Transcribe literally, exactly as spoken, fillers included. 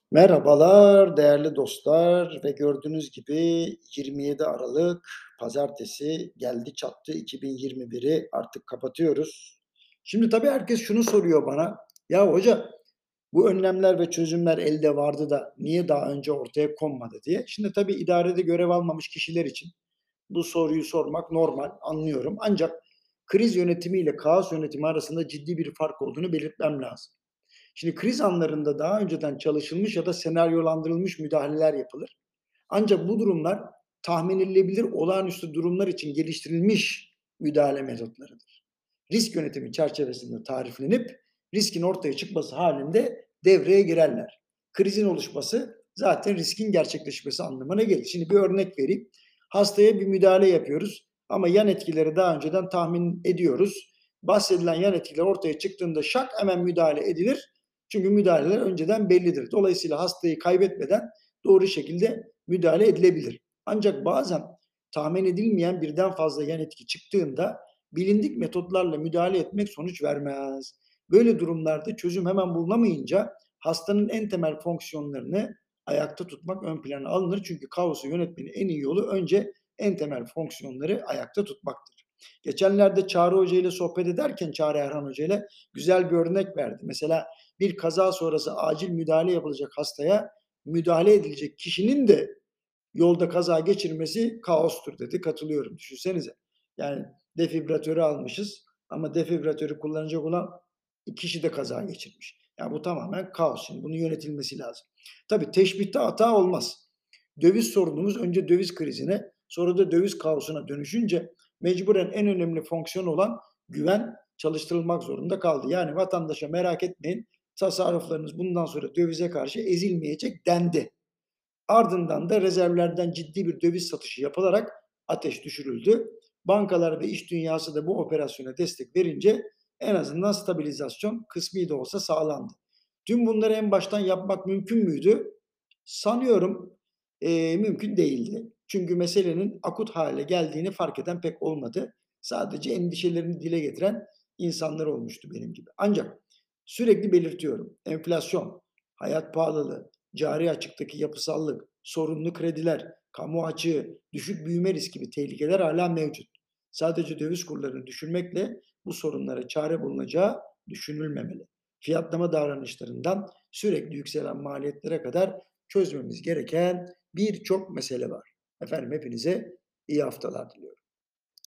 Merhabalar değerli dostlar ve gördüğünüz gibi yirmi yedi Aralık Pazartesi geldi çattı iki bin yirmi biri artık kapatıyoruz. Şimdi tabii herkes şunu soruyor bana. Ya hoca bu önlemler ve çözümler elde vardı da niye daha önce ortaya konmadı diye. Şimdi tabii idarede görev almamış kişiler için bu soruyu sormak normal, anlıyorum. Ancak kriz yönetimi ile kaos yönetimi arasında ciddi bir fark olduğunu belirtmem lazım. Şimdi kriz anlarında daha önceden çalışılmış ya da senaryolandırılmış müdahaleler yapılır. Ancak bu durumlar tahmin edilebilir olağanüstü durumlar için geliştirilmiş müdahale metotlarıdır. Risk yönetimi çerçevesinde tariflenip riskin ortaya çıkması halinde devreye girerler. Krizin oluşması zaten riskin gerçekleşmesi anlamına gelir. Şimdi bir örnek vereyim. Hastaya bir müdahale yapıyoruz ama yan etkileri daha önceden tahmin ediyoruz. Bahsedilen yan etkiler ortaya çıktığında şak hemen müdahale edilir. Çünkü müdahaleler önceden bellidir. Dolayısıyla hastayı kaybetmeden doğru şekilde müdahale edilebilir. Ancak bazen tahmin edilmeyen birden fazla yan etki çıktığında bilindik metotlarla müdahale etmek sonuç vermez. Böyle durumlarda çözüm hemen bulunamayınca hastanın en temel fonksiyonlarını ayakta tutmak ön plana alınır. Çünkü kaosu yönetmenin en iyi yolu önce en temel fonksiyonları ayakta tutmaktır. Geçenlerde Çağrı Hoca ile sohbet ederken Çağrı Erhan Hoca ile güzel bir örnek verdi. Mesela bir kaza sonrası acil müdahale yapılacak hastaya müdahale edilecek kişinin de yolda kaza geçirmesi kaostur dedi. Katılıyorum. Düşünsenize. Yani defibratörü almışız ama defibratörü kullanacak olan kişi de kaza geçirmiş. Yani bu tamamen kaos. Şimdi bunun yönetilmesi lazım. Tabii teşbihte hata olmaz. Döviz sorunumuz önce döviz krizine, sonra da döviz kaosuna dönüşünce mecburen en önemli fonksiyon olan güven çalıştırılmak zorunda kaldı. Yani vatandaşa merak etmeyin, tasarruflarınız bundan sonra dövize karşı ezilmeyecek dendi. Ardından da rezervlerden ciddi bir döviz satışı yapılarak ateş düşürüldü. Bankalar ve iş dünyası da bu operasyona destek verince en azından stabilizasyon kısmi de olsa sağlandı. Tüm bunları en baştan yapmak mümkün müydü? Sanıyorum eee, mümkün değildi. Çünkü meselenin akut hale geldiğini fark eden pek olmadı. Sadece endişelerini dile getiren insanlar olmuştu benim gibi. Ancak sürekli belirtiyorum. Enflasyon, hayat pahalılığı, cari açıktaki yapısallık, sorunlu krediler, kamu açığı, düşük büyüme riski gibi tehlikeler hala mevcut. Sadece döviz kurlarını düşürmekle bu sorunlara çare bulunacağı düşünülmemeli. Fiyatlama davranışlarından sürekli yükselen maliyetlere kadar çözmemiz gereken birçok mesele var. Efendim hepinize iyi haftalar diliyorum.